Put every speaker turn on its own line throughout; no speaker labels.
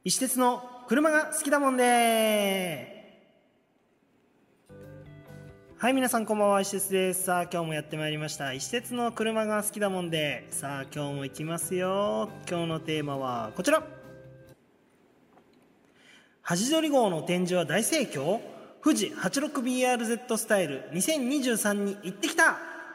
石鉄の車が好きだもんではい、皆さんこんばんは、石鉄です。さあ、今日もやってまいりました。石鉄の車が好きだもんで。さあ、今日も行きますよ。今日のテーマはこちら。端取り号の展示は大盛況。富士 86BRZ スタイル2023に行ってきた。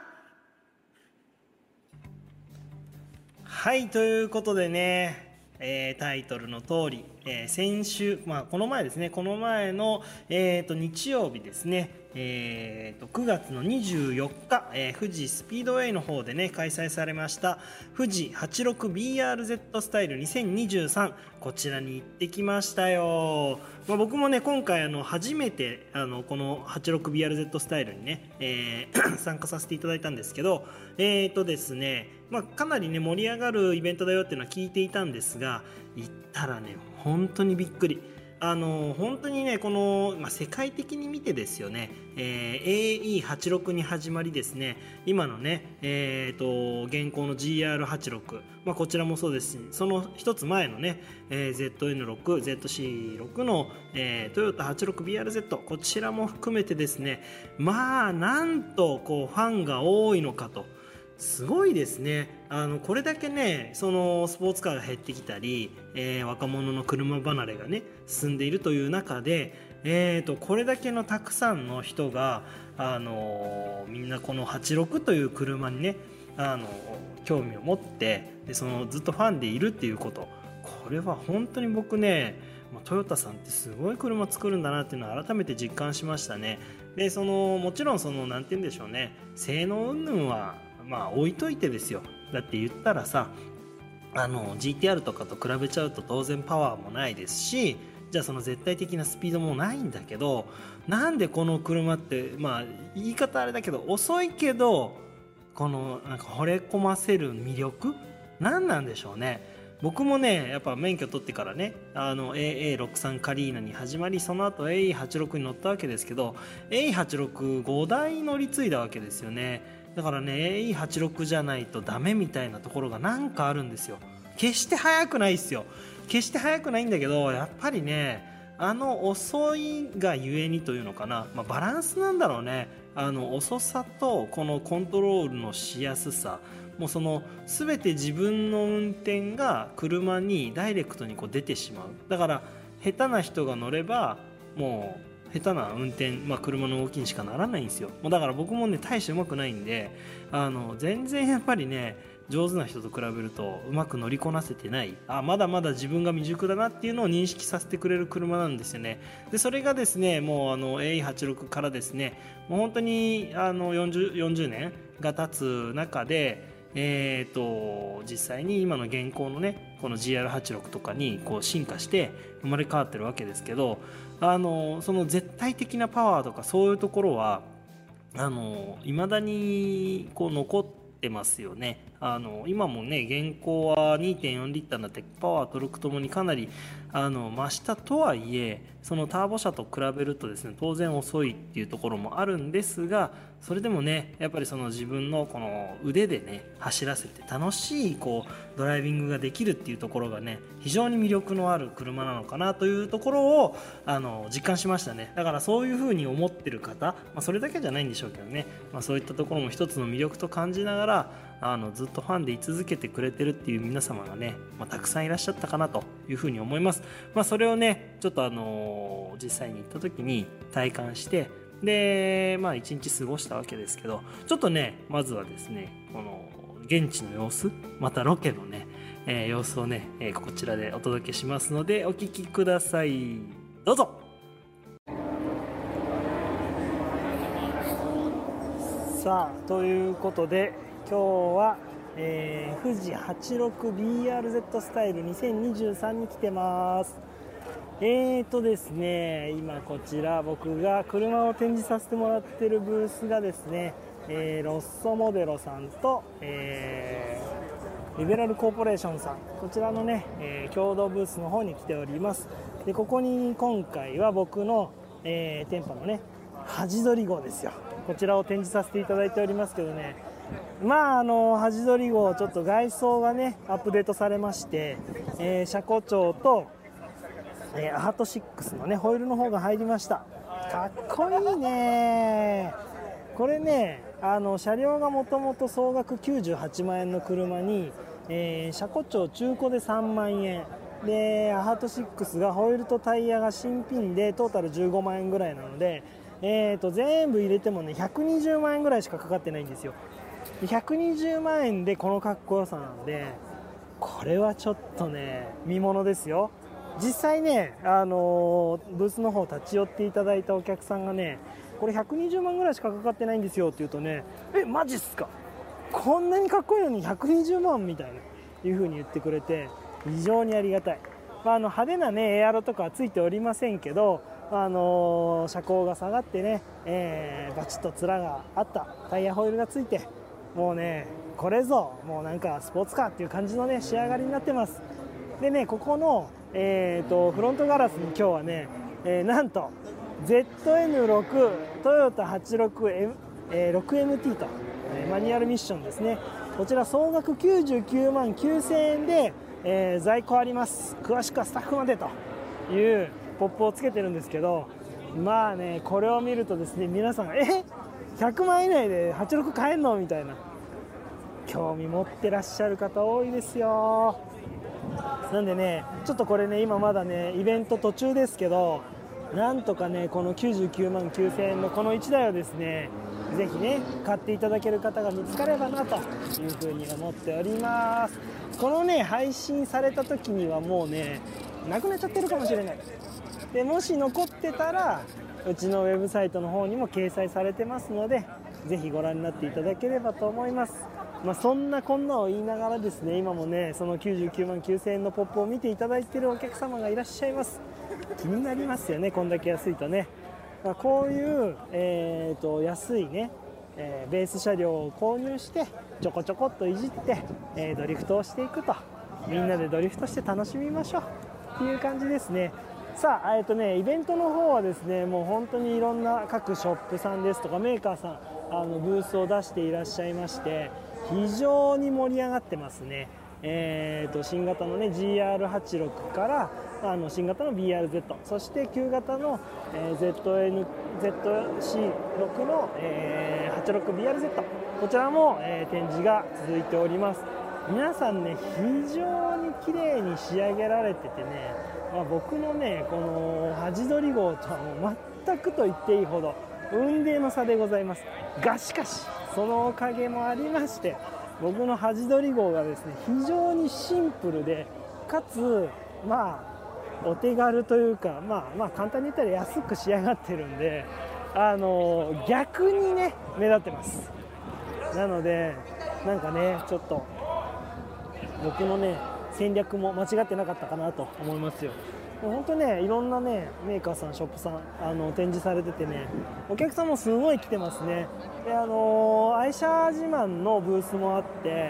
はい、ということでね、タイトルの通り、先週、この前ですね、この前の、日曜日ですね、9月の24日、富士スピードウェイの方でね開催されました富士 86BRZ スタイル2023、こちらに行ってきましたよ。僕もね今回初めてこの 86BRZ スタイルにね、参加させていただいたんですけど、ですね、かなりね盛り上がるイベントだよっていうのは聞いていたんですが、行ったらね本当にびっくり。本当にねこの、世界的に見てですよね、AE86 に始まりですね、今のね、現行の GR86、こちらもそうですし、その一つ前のね、ZN6、ZC6 の、トヨタ 86BRZ、 こちらも含めてですね、なんとこうファンが多いのかと。すごいですね。これだけねそのスポーツカーが減ってきたり、若者の車離れがね進んでいるという中で、これだけのたくさんの人が、みんなこの86という車にね興味を持って、でそのずっとファンでいるっていうこと、これは本当に僕ね、トヨタさんってすごい車作るんだなっていうのを改めて実感しましたね。でもちろんなんて言うんでしょうね、性能云々は置いといてですよ。だって言ったらさ、GTR とかと比べちゃうと当然パワーもないですし、じゃあその絶対的なスピードもないんだけど、なんでこの車って言い方あれだけど遅いけどこのなんか惚れ込ませる魅力何なんでしょうね。僕もねやっぱ免許取ってからねAA63 カリーナに始まり、その後 AE86 に乗ったわけですけど、 AE865 台乗り継いだわけですよね。だからね AE86 じゃないとダメみたいなところがなんかあるんですよ。決して速くないっすよ。決して速くないんだけど、やっぱりね遅いがゆえにというのかな、バランスなんだろうね。遅さとこのコントロールのしやすさ、もうその全て自分の運転が車にダイレクトにこう出てしまう。だから下手な人が乗ればもう下手な運転、車の動きにしかならないんですよ。もうだから僕もね大してうまくないんで、全然やっぱりね上手な人と比べるとうまく乗りこなせてない、まだまだ自分が未熟だなっていうのを認識させてくれる車なんですよね。でそれがですねもうAE86 からですね、もう本当に40年が経つ中で、実際に今の現行のねこの GR86 とかにこう進化して生まれ変わってるわけですけど、その絶対的なパワーとかそういうところは未だにこう残ってますよね。今もね現行は 2.4 リッターになってパワートルクともにかなり増したとはいえ、そのターボ車と比べるとですね当然遅いっていうところもあるんですが、それでもねやっぱりその自分のこの腕でね走らせて楽しいこうドライビングができるっていうところがね非常に魅力のある車なのかなというところを実感しましたね。だからそういう風に思ってる方、それだけじゃないんでしょうけどね、そういったところも一つの魅力と感じながらずっとファンで居続けてくれてるっていう皆様がね、たくさんいらっしゃったかなというふうに思います。それをねちょっと実際に行った時に体感して、で一日過ごしたわけですけど、ちょっとねまずはですねこの現地の様子、またロケのね、様子をね、こちらでお届けしますのでお聞きください。どうぞ。さあということで今日は、富士 86BRZ スタイル2023に来てます。ですね、今こちら僕が車を展示させてもらってるブースがですね、ロッソモデロさんと、リベラルコーポレーションさん、こちらのね、共同ブースの方に来ております。でここに今回は僕の、店舗のね端取り号ですよ、こちらを展示させていただいておりますけどね、端取り号ちょっと外装がねアップデートされまして、車庫長とアハト6のねホイールの方が入りました。かっこいいね。これね車両がもともと総額98万円の車に、車庫帳中古で3万円で、アハト6がホイールとタイヤが新品でトータル15万円ぐらいなので、全部入れてもね120万円ぐらいしかかかってないんですよ。120万円でこのかっこよさなので、これはちょっとね見ものですよ。実際ね、ブースの方立ち寄っていただいたお客さんがね、これ120万ぐらいしかかかってないんですよって言うとね、マジっすか、こんなにかっこいいのに120万みたいないう風に言ってくれて非常にありがたい。派手なねエアロとかはついておりませんけど、車高が下がってね、バチッと面があったタイヤホイールがついて、もうねこれぞもうなんかスポーツカーっていう感じのね仕上がりになってます。でね、ここの、フロントガラスに今日はね、なんと ZN6 トヨタ 86、6MT と、マニュアルミッションですね。こちら総額99万9000円で、在庫あります。詳しくはスタッフまでというポップをつけてるんですけど、まあねこれを見るとですね、皆さん100万以内で86買えんのみたいな興味持ってらっしゃる方多いですよ。なんでねちょっとこれね今まだねイベント途中ですけど、なんとかねこの99万9000円のこの1台をですねぜひね買っていただける方が見つかればなというふうに思っております。このね配信された時にはもうねなくなっちゃってるかもしれない。でもし残ってたらうちのウェブサイトの方にも掲載されてますので、ぜひご覧になっていただければと思います。そんなこんなを言いながらですね、今もねその99万9000円のポップを見ていただいているお客様がいらっしゃいます。気になりますよね、こんだけ安いとね。こういう、安いね、ベース車両を購入してちょこちょこっといじって、ドリフトをしていくと、みんなでドリフトして楽しみましょうっていう感じですね。さあ、イベントの方はですね、もう本当にいろんな各ショップさんですとかメーカーさんブースを出していらっしゃいまして、非常に盛り上がってますね。新型の、ね、GR86 から新型の BRZ、 そして旧型の、ZC6 の、86BRZ、 こちらも、展示が続いております。皆さんね非常に綺麗に仕上げられててね、僕のねこの端取り号とはもう全くと言っていいほど雲泥の差でございますが、しかしそのおかげもありまして、僕の端取り号がですね非常にシンプルで、かつお手軽というか、簡単に言ったら安く仕上がってるんで、逆にね目立ってます。なのでなんかねちょっと僕のね戦略も間違ってなかったかなと思いますよ。本当ねいろんなねメーカーさんショップさん展示されててね、お客さんもすごい来てますね。で愛車自慢のブースもあって、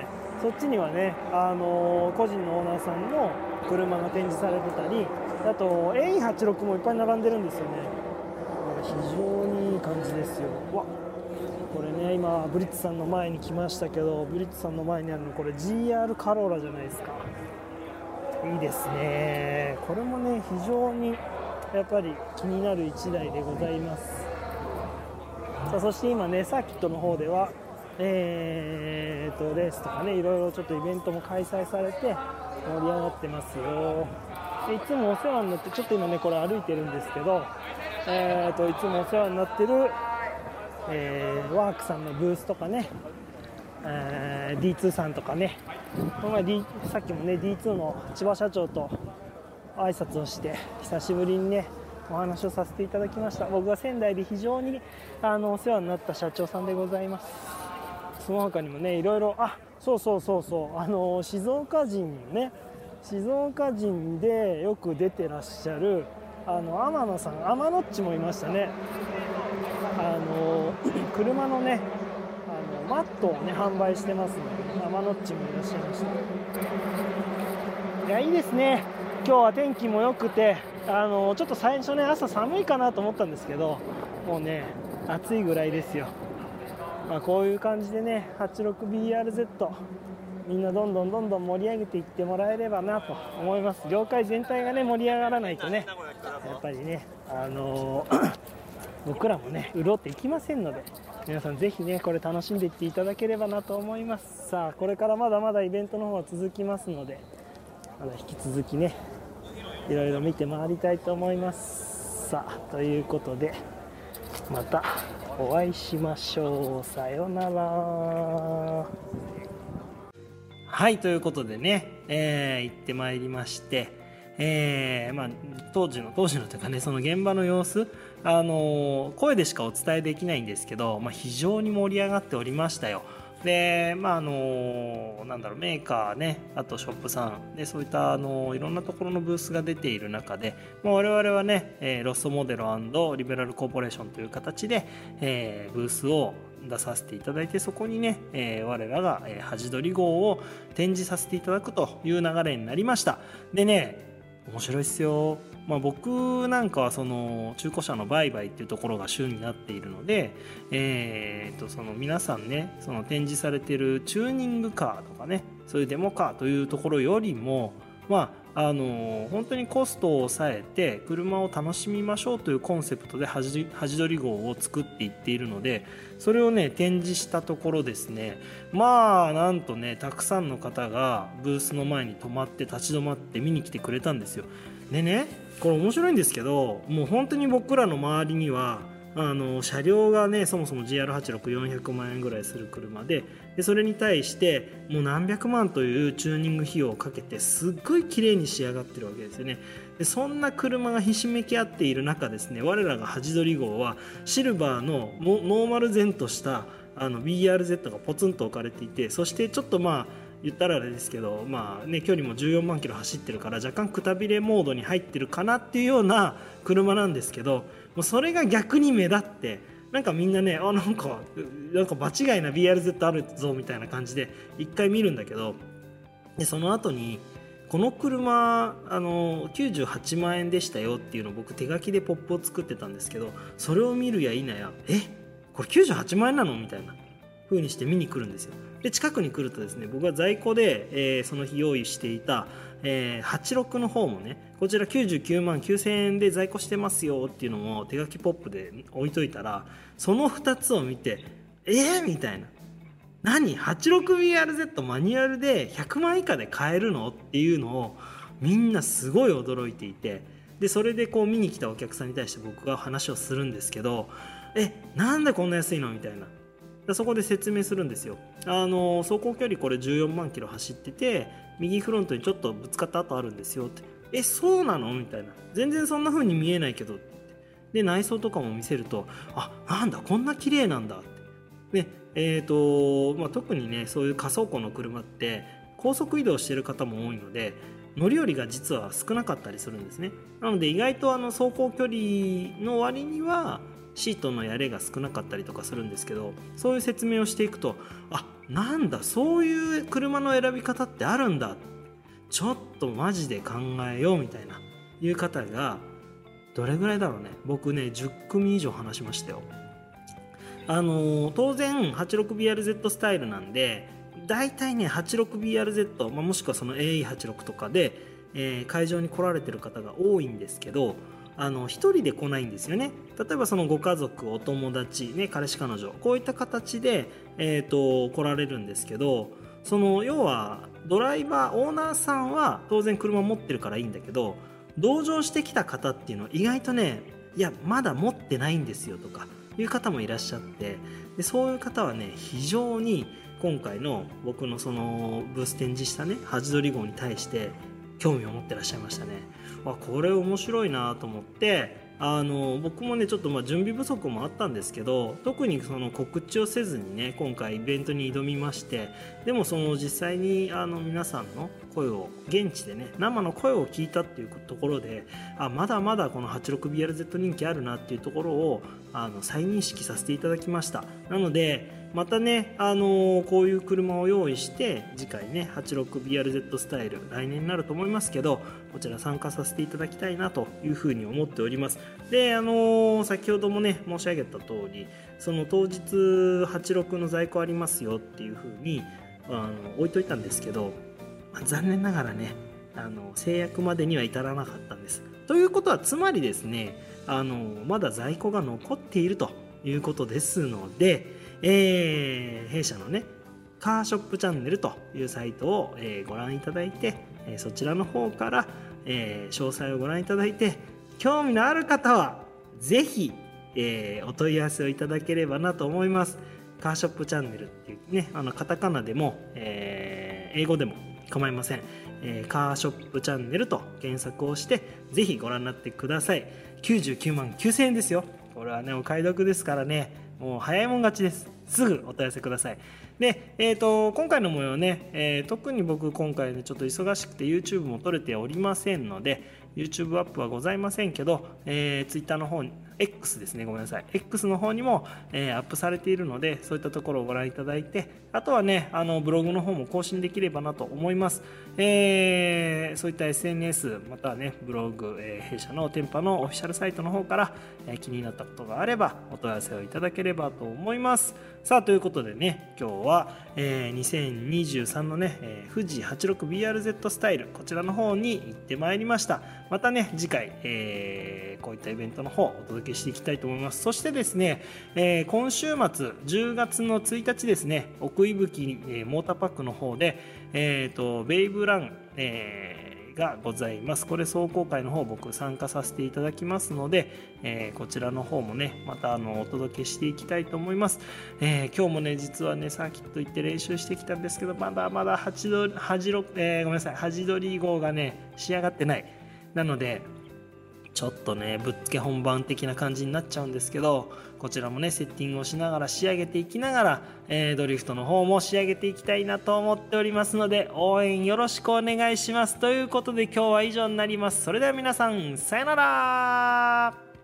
そっちにはね個人のオーナーさんの車が展示されてたり、あと A86 もいっぱい並んでるんですよね。非常にいい感じですよ。これね今ブリッツさんの前に来ましたけど、ブリッツさんの前にあるのこれ GR カローラじゃないですか。いいですね。これもね非常にやっぱり気になる1台でございます。さあ、そして今ねサーキットの方ではレースとかねいろいろちょっとイベントも開催されて盛り上がってますよ。いつもお世話になって、ちょっと今ねこれ歩いてるんですけど、いつもお世話になってる、ワークさんのブースとかね、D2 さんとかね、この前、さっきもね D2 の千葉社長と挨拶をして久しぶりにねお話をさせていただきました。僕が仙台で非常にお世話になった社長さんでございます。その他にもねいろいろ、そう静岡人でよく出てらっしゃる天野さん、天野っちもいましたね。車のねマットをね販売してますので、天野っちもいらっしゃいました。いや、いいですね。今日は天気も良くてちょっと最初ね朝寒いかなと思ったんですけど、もうね暑いぐらいですよ。こういう感じでね 86BRZ みんなどんどん盛り上げていってもらえればなと思います。業界全体がね盛り上がらないとね、やっぱりね僕らもね潤っていきませんので、皆さんぜひねこれ楽しんでいっていただければなと思います。さあこれからまだまだイベントの方は続きますので、まだ引き続きねいろいろ見て回りたいと思います。さあということでまたお会いしましょう。さようなら。はいということでね、行ってまいりまして、当時のというかね、その現場の様子、声でしかお伝えできないんですけど、非常に盛り上がっておりましたよ。でメーカーね、あとショップさんでそういったいろんなところのブースが出ている中で、我々はね、ロストモデル&リベラルコーポレーションという形で、ブースを出させていただいて、そこにね、我らが、ハジドリ号を展示させていただくという流れになりました。でね、面白いっすよ。僕なんかはその中古車の売買っていうところが主になっているので、その皆さんね、その展示されているチューニングカーとかね、そういうデモカーというところよりも、本当にコストを抑えて車を楽しみましょうというコンセプトでハジドリ号を作っていっているので、それをね展示したところですね、なんとねたくさんの方がブースの前に止まって立ち止まって見に来てくれたんですよ。でね、これ面白いんですけど、もう本当に僕らの周りには車両がねそもそも GR86400 万円ぐらいする車で、それに対してもう何百万というチューニング費用をかけてすっごい綺麗に仕上がってるわけですよね。でそんな車がひしめき合っている中ですね、我らがハジドリ号はシルバーのノーマル前としたBRZ がポツンと置かれていて、そしてちょっと言ったらあれですけど、距離も14万キロ走ってるから若干くたびれモードに入ってるかなっていうような車なんですけど、もうそれが逆に目立って、なんかみんなねなんか場違いな BRZ あるぞみたいな感じで一回見るんだけど、でその後にこの車98万円でしたよっていうのを僕手書きでポップを作ってたんですけど、それを見るや否やこれ98万円なのみたいな風にして見に来るんですよ。で近くに来るとですね、僕は在庫で、その日用意していた、86の方もね、こちら99万9000円で在庫してますよっていうのも手書きポップで置いといたら、その2つを見てみたいな、何 86BRZ マニュアルで100万以下で買えるのっていうのをみんなすごい驚いていて、でそれでこう見に来たお客さんに対して僕が話をするんですけど、なんでこんな安いのみたいな。そこで説明するんですよ。走行距離これ14万キロ走ってて、右フロントにちょっとぶつかった跡あるんですよって。そうなのみたいな。全然そんな風に見えないけど。で内装とかも見せると、なんだこんな綺麗なんだって。で特にねそういう仮走行の車って高速移動してる方も多いので、乗り降りが実は少なかったりするんですね。なので意外と走行距離の割にはシートのやれが少なかったりとかするんですけど、そういう説明をしていくと、なんだそういう車の選び方ってあるんだ、ちょっとマジで考えようみたいないう方がどれぐらいだろうね、僕ね10組以上話しましたよ。当然 86BRZ スタイルなんで、だいたいね 86BRZ、もしくはその AE86 とかで、会場に来られてる方が多いんですけど、一人で来ないんですよね。例えばそのご家族、お友達、彼氏彼女、こういった形で、来られるんですけど、その要はドライバーオーナーさんは当然車持ってるからいいんだけど、同乗してきた方っていうのは意外とね、いやまだ持ってないんですよとかいう方もいらっしゃって、でそういう方はね非常に今回の僕のそのブース展示したねハジドリ号に対して興味を持ってらっしゃいましたね。これ面白いなと思って、僕もねちょっと準備不足もあったんですけど、特にその告知をせずにね今回イベントに挑みまして、でもその実際に皆さんの声を現地でね生の声を聞いたっていうところで、まだまだこの 86BRZ 人気あるなっていうところを再認識させていただきました。なのでまたね、こういう車を用意して次回ね 86BRZ スタイル来年になると思いますけど、こちら参加させていただきたいなというふうに思っております。で先ほどもね申し上げた通り、その当日86の在庫ありますよっていうふうに置いといたんですけど、残念ながらね制約までには至らなかったんです。ということはつまりですねまだ在庫が残っているということですので、弊社のねカーショップチャンネルというサイトを、ご覧いただいて、そちらの方から、詳細をご覧いただいて興味のある方はぜひ、お問い合わせをいただければなと思います。カーショップチャンネルっていうねカタカナでも、英語でも構いません。カーショップチャンネルと検索をしてぜひご覧になってください。99万9000円ですよ。これはねお買い得ですからね、もう早いもん勝ちです。すぐお問い合わせください。で、今回の模様ね、特に僕今回ねちょっと忙しくて YouTube も撮れておりませんので YouTube アップはございませんけど、Twitter の方に X ですね、ごめんなさい X の方にも、アップされているのでそういったところをご覧いただいて、あとはねブログの方も更新できればなと思います。そういった SNS またはねブログ、弊社の店舗のオフィシャルサイトの方から、気になったことがあればお問い合わせをいただければと思います。さあということでね今日は、2023のね、富士 86BRZ スタイルこちらの方に行ってまいりました。またね次回、こういったイベントの方お届けしていきたいと思います。そしてですね、今週末10月の1日ですね奥伊吹、モーターパックの方で、ベイブラン、がございます。これ壮行会の方僕参加させていただきますので、こちらの方もねまたお届けしていきたいと思います。今日もね実はねサーキット行って練習してきたんですけどまだまだハジドリ号がね仕上がってない。なのでちょっとねぶっつけ本番的な感じになっちゃうんですけど、こちらもねセッティングをしながら仕上げていきながら、ドリフトの方も仕上げていきたいなと思っておりますので応援よろしくお願いします。ということで今日は以上になります。それでは皆さんさよなら。